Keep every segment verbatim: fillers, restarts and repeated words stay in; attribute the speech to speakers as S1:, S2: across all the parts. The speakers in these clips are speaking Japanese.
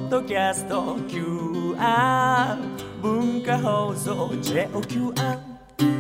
S1: ッドキャスト キューアール 文化放送 ジェイオーキューアール。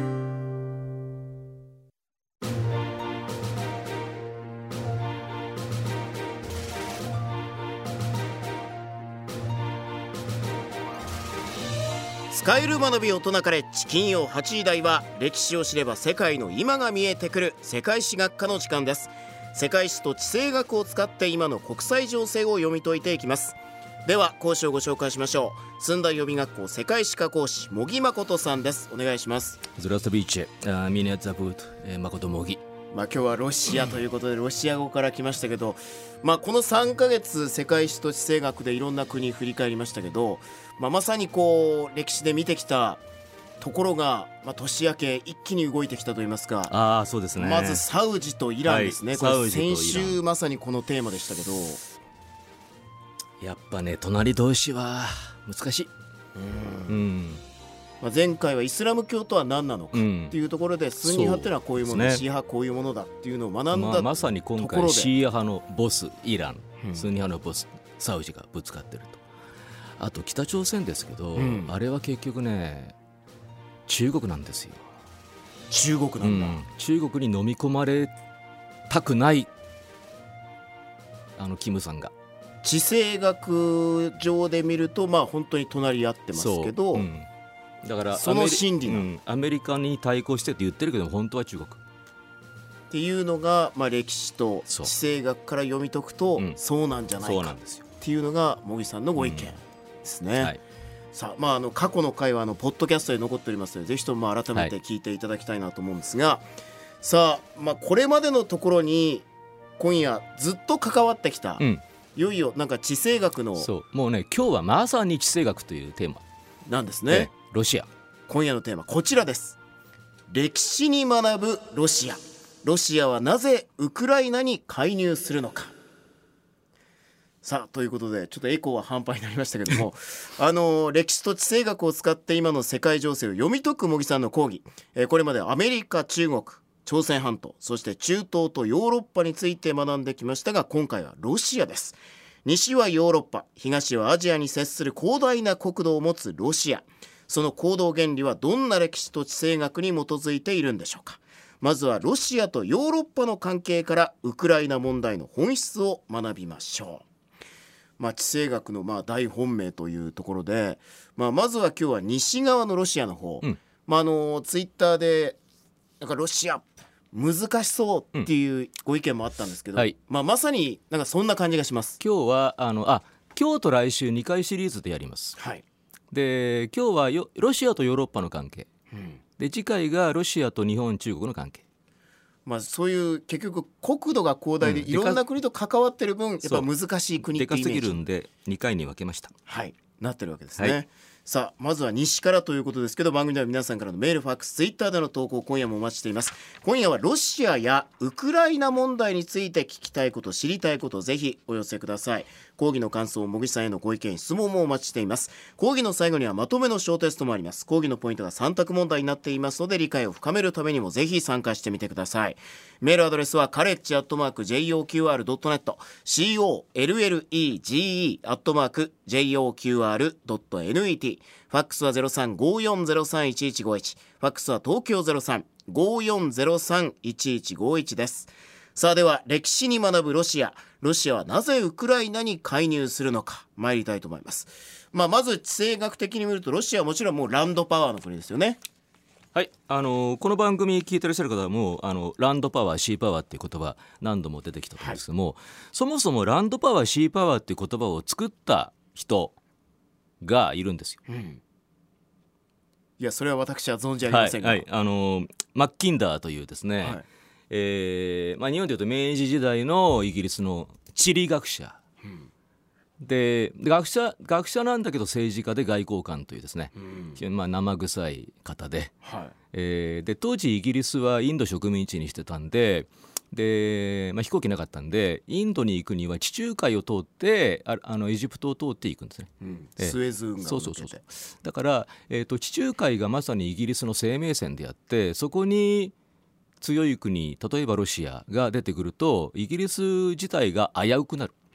S2: 使える学び大人カレッジ金曜はちじ台は、歴史を知れば世界の今が見えてくる世界史学科の時間です。世界史と地政学を使って今の国際情勢を読み解いていきます。では講師をご紹介しましょう。駿台予備学校世界史科講師茂木誠さんです。お願いします。
S3: Здравствуйте, меня зовут Макото Моги。
S2: まあ、今日はロシアということでロシア語から来ましたけど、まあ、このさんかげつ世界史と地政学でいろんな国振り返りましたけど、まあ、まさにこう歴史で見てきたところが、まあ、年明け一気に動いてきたといいますか。
S3: あ、そうですね。
S2: まずサウジとイランですね、はい、これ先週まさにこのテーマでしたけど、
S3: やっぱね隣同士は難しい。うん、うん
S2: まあ、前回はイスラム教とは何なのかっていうところで、うん、スンニ派っていうのはこういうもの、ね、シー派こういうものだっていうのを学んだところで、
S3: まあ、まさに今回シー派のボスイラン、うん、スンニ派のボスサウジがぶつかってると。あと北朝鮮ですけど、うん、あれは結局ね中国なんですよ。
S2: 中国なんだ、うん、
S3: 中国に飲み込まれたくないあのキムさんが。
S2: 地政学上で見るとまあ本当に隣り合ってますけど、
S3: だから
S2: その心理が、
S3: うん、アメリカに対抗してって言ってるけど本当は中国
S2: っていうのが、まあ、歴史と地政学から読み解くと、うん、そうなんじゃないかっていうのが茂木さんのご意見ですね、うんはい。さあ、まあ、あの過去の回はあのポッドキャストで残っておりますので、ぜひとも改めて聞いていただきたいなと思うんですが、はい、さあ、まあ、これまでのところに今夜ずっと関わってきた、うん、いよいよなんか地政学の
S3: そうもうね今日はまさに地政学というテーマ
S2: なんですね。
S3: ロシア。
S2: 今夜のテーマこちらです。歴史に学ぶロシア。ロシアはなぜウクライナに介入するのか。さあということでちょっとエコーは半端になりましたけどもあの歴史と地政学を使って今の世界情勢を読み解く茂木さんの講義、えー、これまでアメリカ、中国、朝鮮半島、そして中東とヨーロッパについて学んできましたが、今回はロシアです。西はヨーロッパ、東はアジアに接する広大な国土を持つロシア。その行動原理はどんな歴史と地政学に基づいているんでしょうか。まずはロシアとヨーロッパの関係からウクライナ問題の本質を学びましょう。まあ、地政学のまあ大本命というところで、まあ、まずは今日は西側のロシアの方、うんまあ、あのツイッターでなんかロシア難しそうっていうご意見もあったんですけど、うんはいまあ、まさになんかそんな感じがします。
S3: 今日はあのあ今日と来週にかいシリーズでやります、はい、で今日はよロシアとヨーロッパの関係、うん、で次回がロシアと日本、中国の関係。
S2: まあ、そういう結局国土が広大でいろんな国と関わってる分やっぱ難しい国ってイメージでかす
S3: ぎるんでにかいに分けました。
S2: はいなってるわけですね、はい。さあまずは西からということですけど、番組では皆さんからのメール、ファックス、ツイッターでの投稿今夜もお待ちしています。今夜はロシアやウクライナ問題について聞きたいこと、知りたいこと、ぜひお寄せください。講義の感想、茂木さんへのご意見、質問もお待ちしています。講義の最後にはまとめの小テストもあります。講義のポイントがさん択問題になっていますので、理解を深めるためにもぜひ参加してみてください。メールアドレスはカレッジアットマーク ジェイオーキューアールドットネット コレッジ アットマーク ジェイオーキューアールドットネット。ファックスは ゼロさん ごーよん ゼロさん いちいちごいち、ファックスは東京 ゼロさん ごーよん ゼロさん いちいちごいち です。さあでは歴史に学ぶロシア。ロシアはなぜウクライナに介入するのか参りたいと思います。まあ、まず地政学的に見るとロシアはもちろんもうランドパワーの国ですよね。
S3: はい、あのー、この番組聞いてらっしゃる方はもうあのランドパワー、シーパワーっていう言葉何度も出てきたと思うんですけども、はい、そもそもランドパワー、シーパワーっていう言葉を作った人がいるんですよ、うん、
S2: いやそれは私は存じ上げませんが、
S3: はいはい、あのー、マッキンダーというですね、はいえーまあ、日本でいうと明治時代のイギリスの地理学者、うん、で学者学者なんだけど政治家で外交官というですね、うんまあ、生臭い方で、はいえー、で当時イギリスはインド植民地にしてたんでで、まあ、飛行機なかったんでインドに行くには地中海を通ってああのエジプトを通っていくんですね、
S2: うんえー、スエズ運河を抜けて
S3: そうそうそうそうだから、えーと、地中海がまさにイギリスの生命線であってそこに強い国例えばロシアが出てくるとイギリス自体が危うくなる、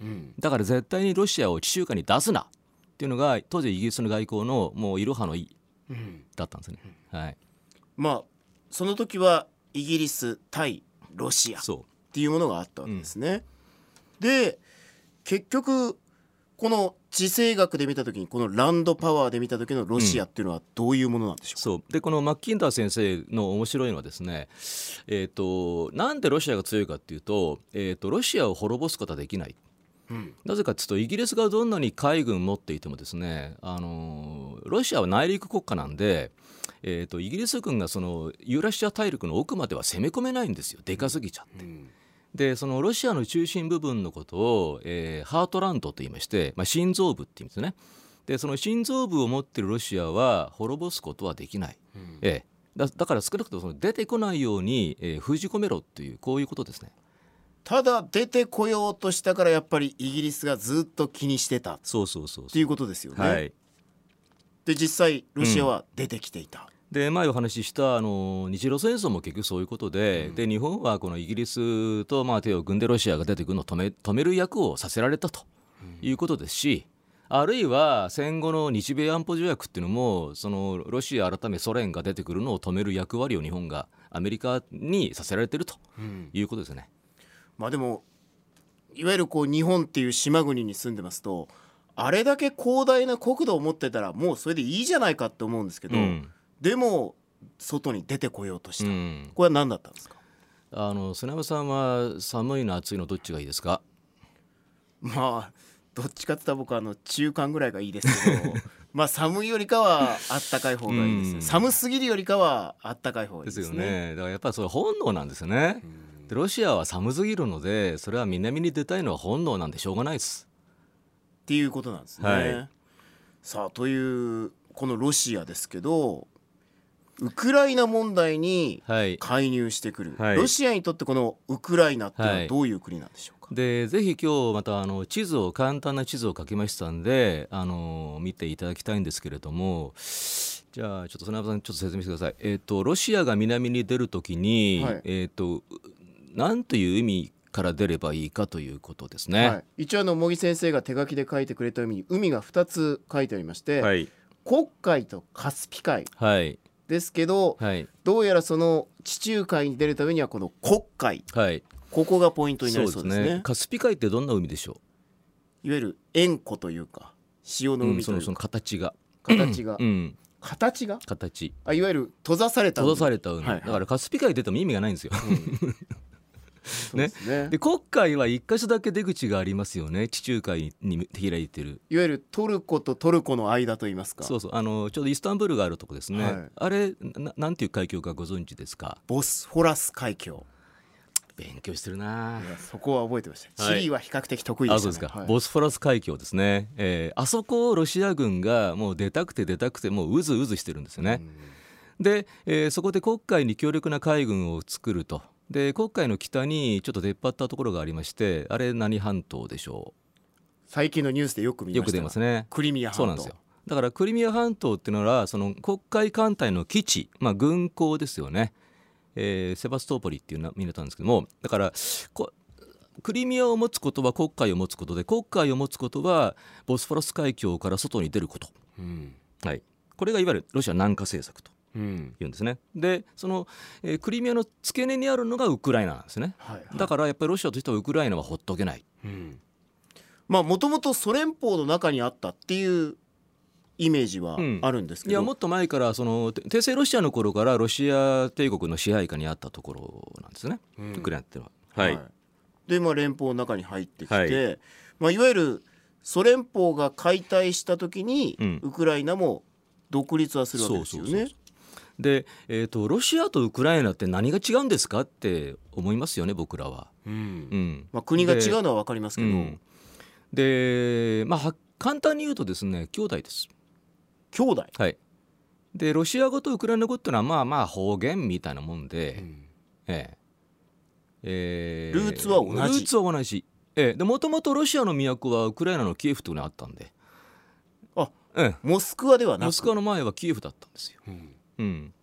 S2: うん、
S3: だから絶対にロシアを地中海に出すなっていうのが当時イギリスの外交のもういろはの意だったんですね、うんはい、
S2: まあその時はイギリス対ロシアっていうものがあったわけですね、うん、で結局この地政学で見た時にこのランドパワーで見た時のロシアっていうのはどういうものなんでしょうか、
S3: うん、そうでこのマッキンダー先生の面白いのはですね、えー、となんでロシアが強いかっていうと、えー、とロシアを滅ぼすことはできない、うん、なぜかというとイギリスがどんなに海軍持っていてもですね、あのー、ロシアは内陸国家なんで、えー、とイギリス軍がそのユーラシア大陸の奥までは攻め込めないんですよ、でかすぎちゃって、うんでそのロシアの中心部分のことを、えー、ハートランドと言いまして、まあ、心臓部って言うんですね。でその心臓部を持っているロシアは滅ぼすことはできない、うんえー、だ, だから少なくともその出てこないように、えー、封じ込めろっていうこういうことですね。
S2: ただ出てこようとしたからやっぱりイギリスがずっと気にしてた
S3: そうそうそうそう
S2: っていうことですよね、
S3: はい、
S2: で実際ロシアは出てきていた、
S3: うんで前お話ししたあの日露戦争も結局そういうことで、うん、で日本はこのイギリスとまあ手を組んでロシアが出てくるのを止め、止める役をさせられたということですし、うん、あるいは戦後の日米安保条約っていうのもそのロシア改めソ連が出てくるのを止める役割を日本がアメリカにさせられてるということですね、
S2: うん、まあでもいわゆるこう日本っていう島国に住んでますとあれだけ広大な国土を持ってたらもうそれでいいじゃないかって思うんですけど、うんでも外に出てこようとした、うん、これは何だったんですか。
S3: あの砂山さんは寒いの暑いのどっちがいいですか。
S2: まあどっちかって言ったら僕はあの中間ぐらいがいいですけどまあ寒いよりかはあったかい方がいいです、うん、寒すぎるよりかはあったかい方がいいですね。
S3: ですよね。だからやっぱりそれ本能なんですよね、うん、でロシアは寒すぎるのでそれは南に出たいのは本能なんでしょうがないです
S2: っていうことなんですね、はい、さあというこのロシアですけどウクライナ問題に介入してくる、はい、ロシアにとってこのウクライナっていうのはどういう国なんでしょうか。
S3: はい、でぜひ今日またあの地図を簡単な地図を書きましたんであの見ていただきたいんですけれども、じゃあちょっと砂山さんちょっと説明してください。えーとロシアが南に出るときに、はい、えーと何という意味から出ればいいかということですね、はい、
S2: 一応あの茂木先生が手書きで書いてくれたように海がふたつ書いてありまして、はい、黒海とカスピ海、はいですけど、はい、どうやらその地中海に出るためにはこの黒海、はい、ここがポイントになりそうですね。そうですね。
S3: カスピ海ってどんな海でしょ
S2: う。いわゆる塩湖というか塩の海というか、うん、
S3: そのその形が
S2: 形が、
S3: うん、
S2: 形が
S3: 形
S2: あいわゆる閉ざされた海、
S3: 閉ざされた海、はいはい、だからカスピ海出ても意味がないんですよ、うんね、で, ねで黒海は一箇所だけ出口がありますよね。地中海に開いてる
S2: いわゆるトルコとトルコの間といいますか。
S3: そうそうあのちょうどイスタンブールがあるとこですね、はい、あれ な, なんていう海峡かご存知ですか。
S2: ボスフォラス海峡。
S3: 勉強してるな。
S2: そこは覚えてました、はい、チリは比較的得意でしたね。あそうですか、
S3: はい、ボスフォラス海峡ですね、えー、あそこをロシア軍がもう出たくて出たくてもううずうずしてるんですよね。で、えー、そこで黒海に強力な海軍を作ると。で黒海の北にちょっと出っ張ったところがありまして、あれ何半島でしょう。
S2: 最近のニュースでよく見ました。
S3: よく出ますね。
S2: クリミア半島。
S3: そうなんですよ。だからクリミア半島っていうのはその黒海艦隊の基地、まあ、軍港ですよね、えー、セバストーポリっていうのは見れたんですけども、だからこクリミアを持つことは黒海を持つことで、黒海を持つことはボスフォラス海峡から外に出ること、うんはい、これがいわゆるロシア南下政策と言うんですね、うん、でその、えー、クリミアの付け根にあるのがウクライナなんですね、はいはい、だからやっぱりロシアとしてはウクライナはほっとけない、うん、
S2: まあもともとソ連邦の中にあったっていうイメージはあるんですけど、
S3: うん、いやもっと前からその帝政ロシアの頃からロシア帝国の支配下にあったところなんですね、うん、ウクライナっていうのは、はいはい、
S2: で、まあ、連邦の中に入ってきて、はいまあ、いわゆるソ連邦が解体した時に、うん、ウクライナも独立はするわけですよね。そうそうそう
S3: で、えーと、ロシアとウクライナって何が違うんですかって思いますよね僕らは、うんうん
S2: まあ、国が違うのは分かりますけど、で、うん
S3: でまあ、簡単に言うとですね兄弟です。
S2: 兄弟、
S3: はい、でロシア語とウクライナ語っていうのはまあまあ方言みたいなもんで、うんえ
S2: ええー、ルーツは同じ
S3: ルーツは同じ、ええ、でもともとロシアの都はウクライナのキエフというのがあったんで、
S2: あ、ええ、モスクワではなく
S3: モスクワの前はキエフだったんですよ、うんうん、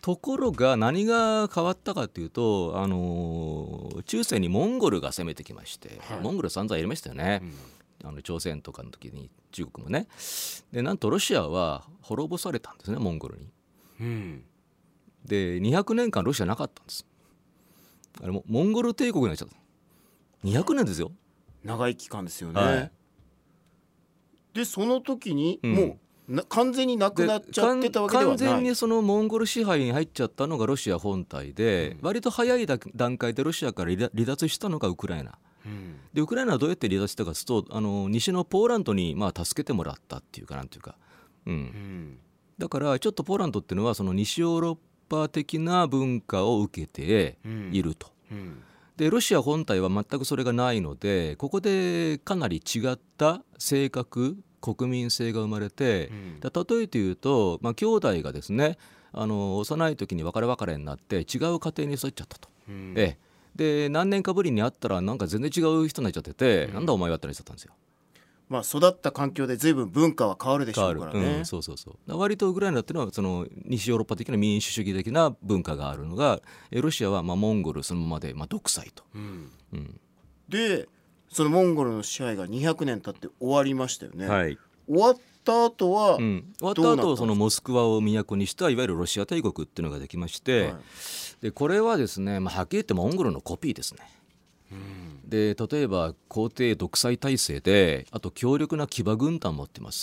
S3: ところが何が変わったかというと、あのー中世にモンゴルが攻めてきまして、
S2: はい
S3: モンゴル散々やりましたよね、あの朝鮮とかの時に中国もね。でなんとロシアは滅ぼされたんですね、モンゴルに。
S2: うん
S3: でにひゃくねんかんロシアなかったんです。あれもモンゴル帝国になっちゃった。にひゃくねんですよ。
S2: 長い期間ですよね、
S3: はい
S2: でその時に
S3: うん
S2: もうな完全になくなっちゃってたわけではない。
S3: 完全にそのモンゴル支配に入っちゃったのがロシア本体で、割と早い段階でロシアから離脱したのがウクライナ
S2: うん
S3: で、ウクライナはどうやって離脱したかというと、あの西のポーランドにまあ助けてもらったっていうかなんていうか、うん、
S2: うん
S3: だからちょっとポーランドっていうのはその西ヨーロッパ的な文化を受けていると。
S2: うん
S3: でロシア本体は全くそれがないので、ここでかなり違った性格国民性が生まれて、
S2: うん
S3: だ例えて言うと、まあ、兄弟がですね、あの幼い時に別れ別れになって違う家庭に育っちゃったと、
S2: うん
S3: ええ、で何年かぶりに会ったらなんか全然違う人になっちゃってて、なんだお前はってなっちゃったんですよ。
S2: まあ、育った環境で随分文化は変わるでしょうからね、
S3: うん、そうそうそう。だ割とウクライナっていうのはその西ヨーロッパ的な民主主義的な文化があるのが、えロシアはまあモンゴルそのままでまあ独裁と、
S2: うん
S3: うん
S2: でそのモンゴルの支配がにひゃくねん経って終わりましたよね、
S3: はい、
S2: 終わった後は、
S3: うん、終わった
S2: どうなったんですか
S3: 後そのモスクワを都にしたいわゆるロシア帝国っていうのができまして、
S2: はい
S3: でこれはですね、まあ、はっきり言ってモンゴルのコピーですね。で例えば皇帝独裁体制で、あと強力な騎馬軍団を持ってます、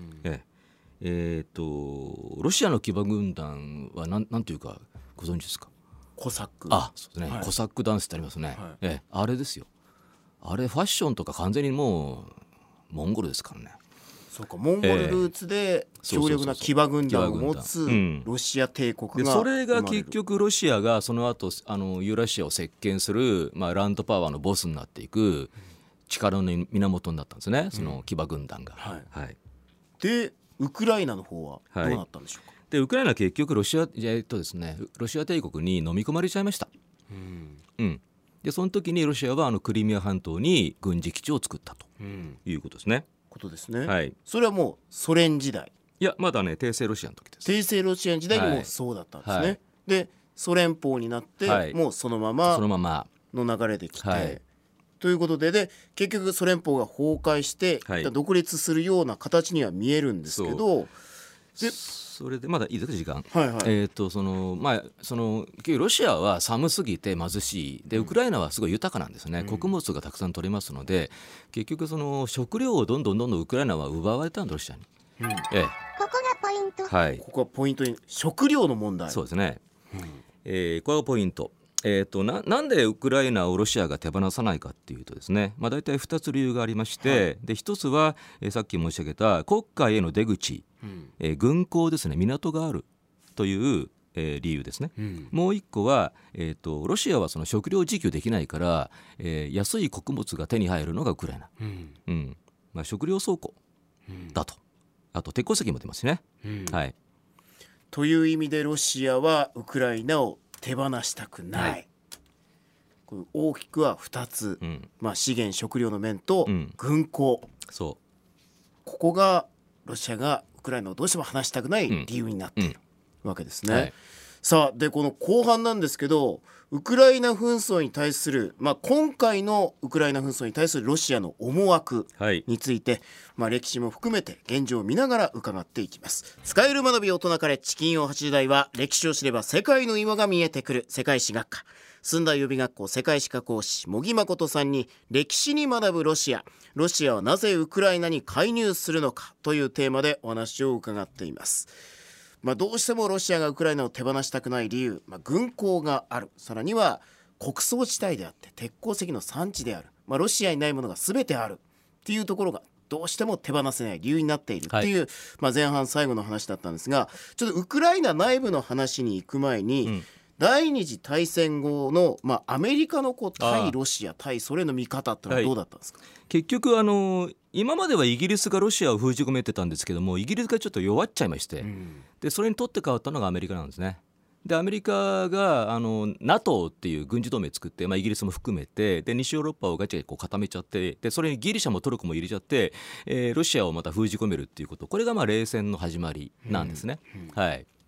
S3: えええーとロシアの騎馬軍団はなんなんていうかご存知ですか？
S2: コサック
S3: あ、そうですね、
S2: はい
S3: コサックダンスってありますね、
S2: はい
S3: ええあれですよ。あれファッションとか完全にもうモンゴルですからね。
S2: そうかモンゴルルーツで強力な騎馬軍団を持つ
S3: そうそうそうそううん
S2: ロシア帝国
S3: で
S2: が
S3: それが
S2: 生まれる
S3: 結局ロシアがその後あのユーラシアを席巻する、まあ、ランドパワーのボスになっていく力の源になったんですね、その騎馬軍団が、
S2: はい
S3: はい、
S2: でウクライナの方はどうなったんでしょうか、
S3: でウクライナは結局ロシア、えっとですね、ロシア帝国に飲み込まれちゃいました、
S2: うん
S3: うん、でその時にロシアはあのクリミア半島に軍事基地を作ったと
S2: うん
S3: いうことですね、
S2: ことですね、
S3: はい、
S2: それはもうソ連時代
S3: いやまだね帝政ロシアの時です。
S2: 帝政ロシア時代にもうそうだったんですね、
S3: はい
S2: でソ連邦になって、
S3: はい
S2: もうそのまま
S3: そのまま
S2: の流れできて、
S3: はい
S2: ということでで結局ソ連邦が崩壊して、
S3: はい
S2: 独立するような形には見えるんですけど、で
S3: それでまだいいですか時間、
S2: はいはい
S3: えーとそのまあ、その結局ロシアは寒すぎて貧しいで、ウクライナはすごい豊かなんですね、
S2: うん
S3: 穀物がたくさん取れますので、結局その食料をどんどんどんどんウクライナは奪われたんだロシアに、
S2: うん
S3: ええ
S4: ここがポイント。
S3: はい、
S2: ここはポイントに食料の問題
S3: そうですね、
S2: うん
S3: えーこれがポイント。えー、と な, なんでウクライナをロシアが手放さないかっていうとですね、まあ、大体ふたつ理由がありまして、
S2: はい
S3: でひとつは、えーさっき申し上げた黒海への出口、
S2: うん
S3: えー軍港ですね、港があるという、えー理由ですね。
S2: うん
S3: もう一個は、えー、とロシアはその食料自給できないから、えー安い穀物が手に入るのがウクライナ、
S2: うん
S3: うんまあ、食料倉庫
S2: うん
S3: だと、あと鉄鉱石も出ますしね、
S2: うん
S3: はい、
S2: という意味でロシアはウクライナを手放したくない、
S3: はい
S2: これ大きくはふたつ、
S3: うん、
S2: まあ、資源食料の面と
S3: うん
S2: 軍港、
S3: そ
S2: ここがロシアがウクライナをどうしても離したくない理由になっているわけですね、
S3: はい
S2: さあでこの後半なんですけどウクライナ紛争に対する、まあ、今回のウクライナ紛争に対するロシアの思惑
S3: う、はい、
S2: について、まあ、歴史も含めて現状を見ながら伺っていきます。使える学び大人カレッジ金曜はちじ台は歴史を知れば世界の今が見えてくる世界史学科駿台予備学校世界史科講師茂木誠さんに歴史に学ぶロシアロシアはなぜウクライナに介入するのかというテーマでお話を伺っています。まあ、どうしてもロシアがウクライナを手放したくない理由、まあ、軍港がある、さらには穀倉地帯であって鉄鉱石の産地である、まあ、ロシアにないものが全てあるっていうところがどうしても手放せない理由になっているっていう、まあ、前半最後の話だったんですが、ちょっとウクライナ内部の話に行く前に、
S3: うん
S2: 第二次大戦後の、まあ、アメリカのこう
S3: ああ
S2: 対ロシア対ソ連の見方ってのはどうだったんですか？
S3: 結局あの今まではイギリスがロシアを封じ込めてたんですけども、イギリスがちょっと弱っちゃいまして、
S2: うん
S3: でそれに取って変わったのがアメリカなんですね。でアメリカがあの NATO っていう軍事同盟作って、まあ、イギリスも含めてで西ヨーロッパをガチャガチャこう固めちゃって、でそれにギリシャもトルコも入れちゃって、えーロシアをまた封じ込めるっていうこと、これがまあ冷戦の始まりなんですね、はい。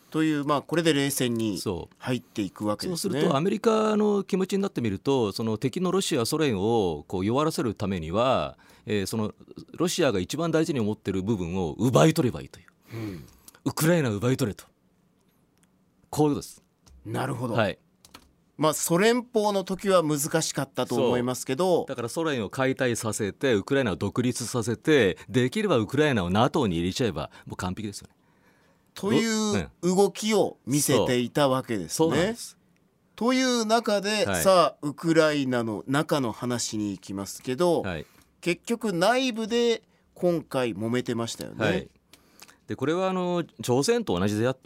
S2: という、まあ、これで冷戦に
S3: そう
S2: 入っていくわけですね。
S3: そうするとアメリカの気持ちになってみると、その敵のロシアソ連をこう弱らせるためには、えー、そのロシアが一番大事に思っている部分を奪い取ればいいという、うん、ウクライナを奪い取れと、こういうことです。
S2: なるほど、
S3: はい。
S2: まあ、ソ連邦の時は難しかったと思いますけど、
S3: だからソ連を解体させてウクライナを独立させて、できればウクライナを ナトー に入れちゃえばもう完璧ですよね
S2: という動きを見せていたわけですね。
S3: そうなんです。
S2: という中で、はい、さあウクライナの中の話に行きますけど、はい、結局内部で今回揉めてましたよね。はい、
S3: でこれはあの朝鮮と同じであって、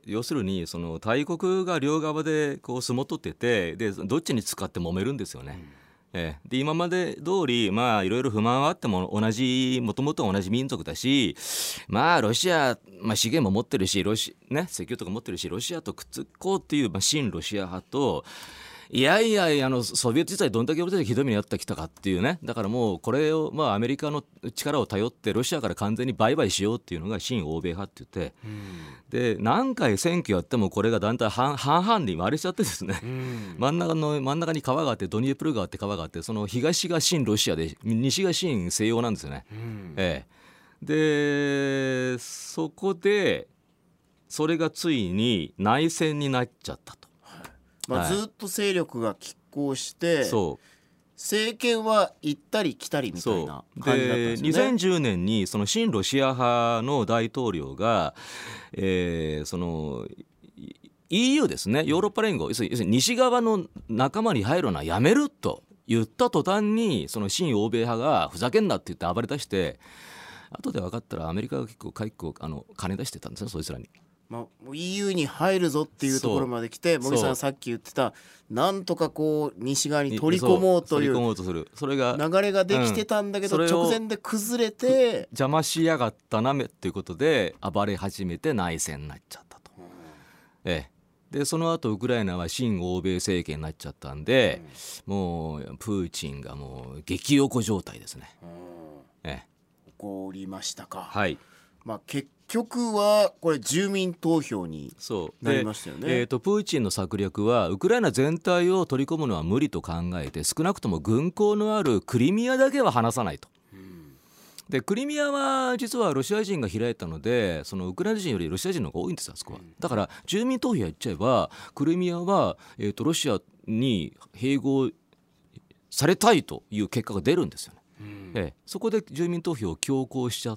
S3: 要するにその大国が両側でこう相撲取ってて、でどっちに使って揉めるんですよね。うんええ、で今まで通りまあいろいろ不満はあっても同じもともと同じ民族だし、まあロシア、まあ、資源も持ってるしロシ、ね、石油とか持ってるし、ロシアとくっつこうっていう、まあ、親ロシア派と、いやいやあのソビエト時代どんだけ俺たちひどい目にあってきたかっていうね、だからもうこれを、まあ、アメリカの力を頼ってロシアから完全に売買しようっていうのが親欧米派って言って、うん、で何回選挙やってもこれがだんだん半々に割れちゃってですね、うん、真ん中の真ん中に川があって、ドニエプル川って川があって、その東が親ロシアで西が親西欧なんですよね。うんええ、でそこでそれがついに内戦になっちゃったと。
S2: まあ、ずっと勢力が拮抗して、はい、そう政権は行ったり来たりみたいな感じだったんですよね。
S3: にせんじゅうねんにその親ロシア派の大統領が、えー、その イーユー ですね、ヨーロッパ連合、要するに西側の仲間に入るのはやめると言った途端に、その親欧米派がふざけんなって言って暴れ出して、後で分かったらアメリカが結構結構あの金出してたんですね、そいつらに。
S2: まあ、イーユー に入るぞっていうところまで来て、森さんさっき言ってたなんとかこう西側に取り込もうという流れができてたんだけど、直前で崩れて
S3: 邪魔しやがったなめっていうことで暴れ始めて内戦になっちゃったと、ええ、でその後ウクライナは親欧米政権になっちゃったんで、うん、もうプーチンがもう激おこ状態ですね。
S2: ええ、怒りましたか。
S3: はい。
S2: まあ、結局はこれ住民投票になりましたよね。
S3: えー、とプーチンの策略はウクライナ全体を取り込むのは無理と考えて、少なくとも軍港のあるクリミアだけは離さないと。うん、でクリミアは実はロシア人が開いたので、そのウクライナ人よりロシア人の方が多いんですよ、あそこは。だから住民投票やっちゃえばクリミアは、えー、とロシアに併合されたいという結果が出るんですよね。うんええ、そこで住民投票を強行しちゃって、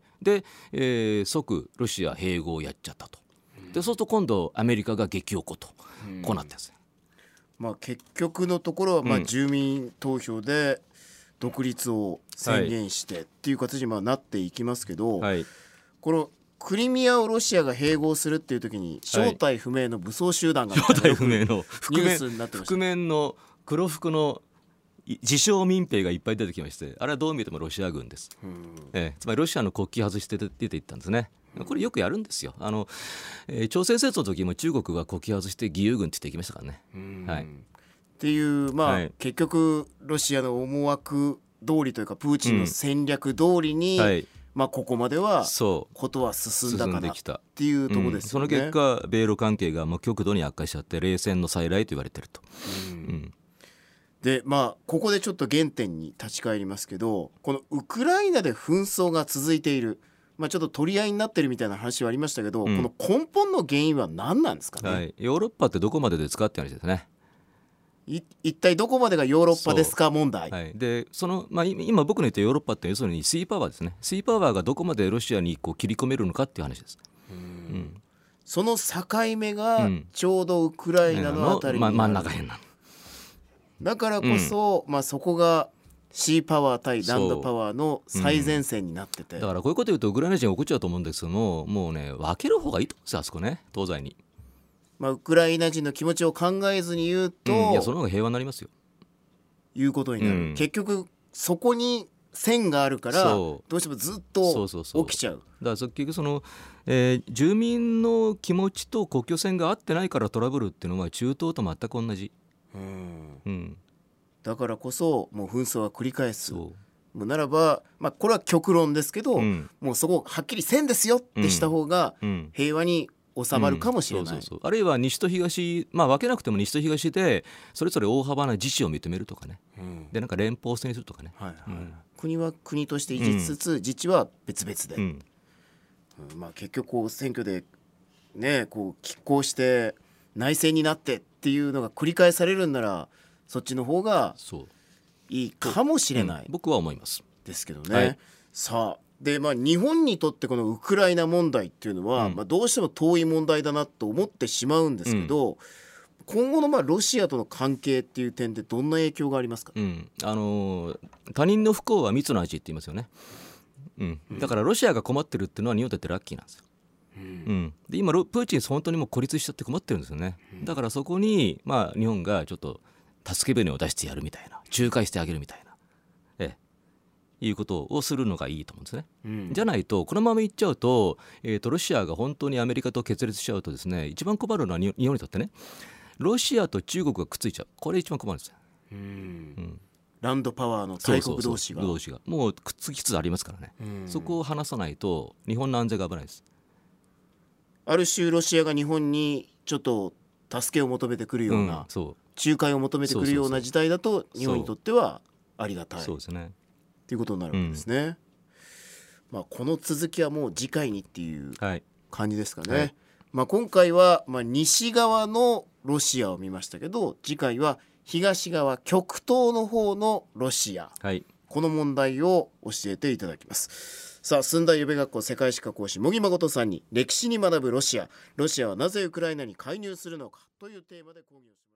S3: で、えー、即ロシア併合をやっちゃったと。でそうすると今度アメリカが激おことこうなってるんです、
S2: まあ、結局のところは、まあ、住民投票で独立を宣言してっていう形にまあなっていきますけど、はい、このクリミアをロシアが併合するっていう時に正体不明の武装集団が
S3: 正体不明の
S2: ニュースになってました。
S3: 覆面の黒服の自称民兵がいっぱい出てきまして、あれはどう見てもロシア軍です、ええ、つまりロシアの国旗外して出ていったんですね。これよくやるんですよ。あの、えー、朝鮮戦争の時も中国が国旗外して義勇軍って言っていきましたからね。はい、
S2: っていう、まあはい、結局ロシアの思惑通りというかプーチンの戦略通りに、うんはいまあ、ここまではことは進んだかなっていうところですよね。うん、
S3: その結果米ロ関係がもう極度に悪化しちゃって冷戦の再来と言われてると。うんうん
S2: でまあ、ここでちょっと原点に立ち返りますけど、このウクライナで紛争が続いている、まあ、ちょっと取り合いになってるみたいな話はありましたけど、うん、この根本の原因は何なんですかね。
S3: はい、ヨーロッパってどこまでですかって話ですね。
S2: い一体どこまでがヨーロッパですか問題、
S3: はい、でその、まあ、今僕の言ったヨーロッパって要するにシーパワーですね。シーパワーがどこまでロシアにこう切り込めるのかっていう話です。うん、うん、
S2: その境目がちょうどウクライナのあたりにある、
S3: うんま、真ん中辺なの
S2: だからこそ、うんまあ、そこがシーパワー対ランドパワーの最前線になってて、
S3: うん、だからこういうこと言うとウクライナ人怒っちゃうと思うんですけども、もうね分ける方がいいと思うんですよ、あそこね、東西に。
S2: まあ、ウクライナ人の気持ちを考えずに言うと、
S3: うん、いやその方が平和になりますよ
S2: いうことになる、うん、結局そこに線があるからどうしてもずっと起きちゃう。
S3: だから結局その、えー、住民の気持ちと国境線が合ってないからトラブルっていうのは中東と全く同じ。うん
S2: うん、だからこそもう紛争は繰り返す。もうならば、まあ、これは極論ですけど、うん、もうそこをはっきり線ですよってした方が平和に収まるかもしれない、
S3: うんそうそうそう、あるいは西と東、まあ、分けなくても西と東でそれぞれ大幅な自治を認めるとかね、うん、でなんか連邦制にするとかね、
S2: はいはい、
S3: うん、
S2: 国は国として維持しつつ、うん、自治は別々で、
S3: うん
S2: うん、まあ、結局こう選挙で、ね、こう拮抗して内戦になってっていうのが繰り返されるんならそっちの方がいいかもしれない、
S3: うん、僕は思います
S2: ですけどね、
S3: はい、
S2: さあで、まあ、日本にとってこのウクライナ問題っていうのは、うん、まあ、どうしても遠い問題だなと思ってしまうんですけど、うん、今後のまあロシアとの関係っていう点でどんな影響がありますか、うん、
S3: あのー、他人の不幸は蜜の味って言いますよね、うんうん、だからロシアが困ってるっていうのは日本にとってラッキーなんですよ、うんうん、で今プーチン本当にもう孤立しちゃって困ってるんですよね、うん、だからそこに、まあ、日本がちょっと助け舟を出してやるみたいな、仲介してあげるみたいな、ええいうことをするのがいいと思うんですね、うん、じゃないとこのままいっちゃうと、えーとロシアが本当にアメリカと決裂しちゃうとですね、一番困るのは日本にとってね、ロシアと中国がくっついちゃう、これ一番困るんですよ、うんうん、
S2: ランドパワーの大国同士が
S3: そうそうそう同士がもうくっつきつつありますからね、うん、そこを離さないと日本の安全が危ないです。
S2: ある種ロシアが日本にちょっと助けを求めてくるような、うん、そう仲介を求めてくるような事態だと日本にとってはありがたい、
S3: そうですね
S2: ということになるわけですね、うん、まあ、この続きはもう次回にっていう感じですかね、はい、まあ、今回はまあ西側のロシアを見ましたけど、次回は東側極東の方のロシア、はい、この問題を教えていただきます。さあ、駿台予備学校世界史科講師茂木誠さんに歴史に学ぶロシア、ロシアはなぜウクライナに介入するのかというテーマで講義をします。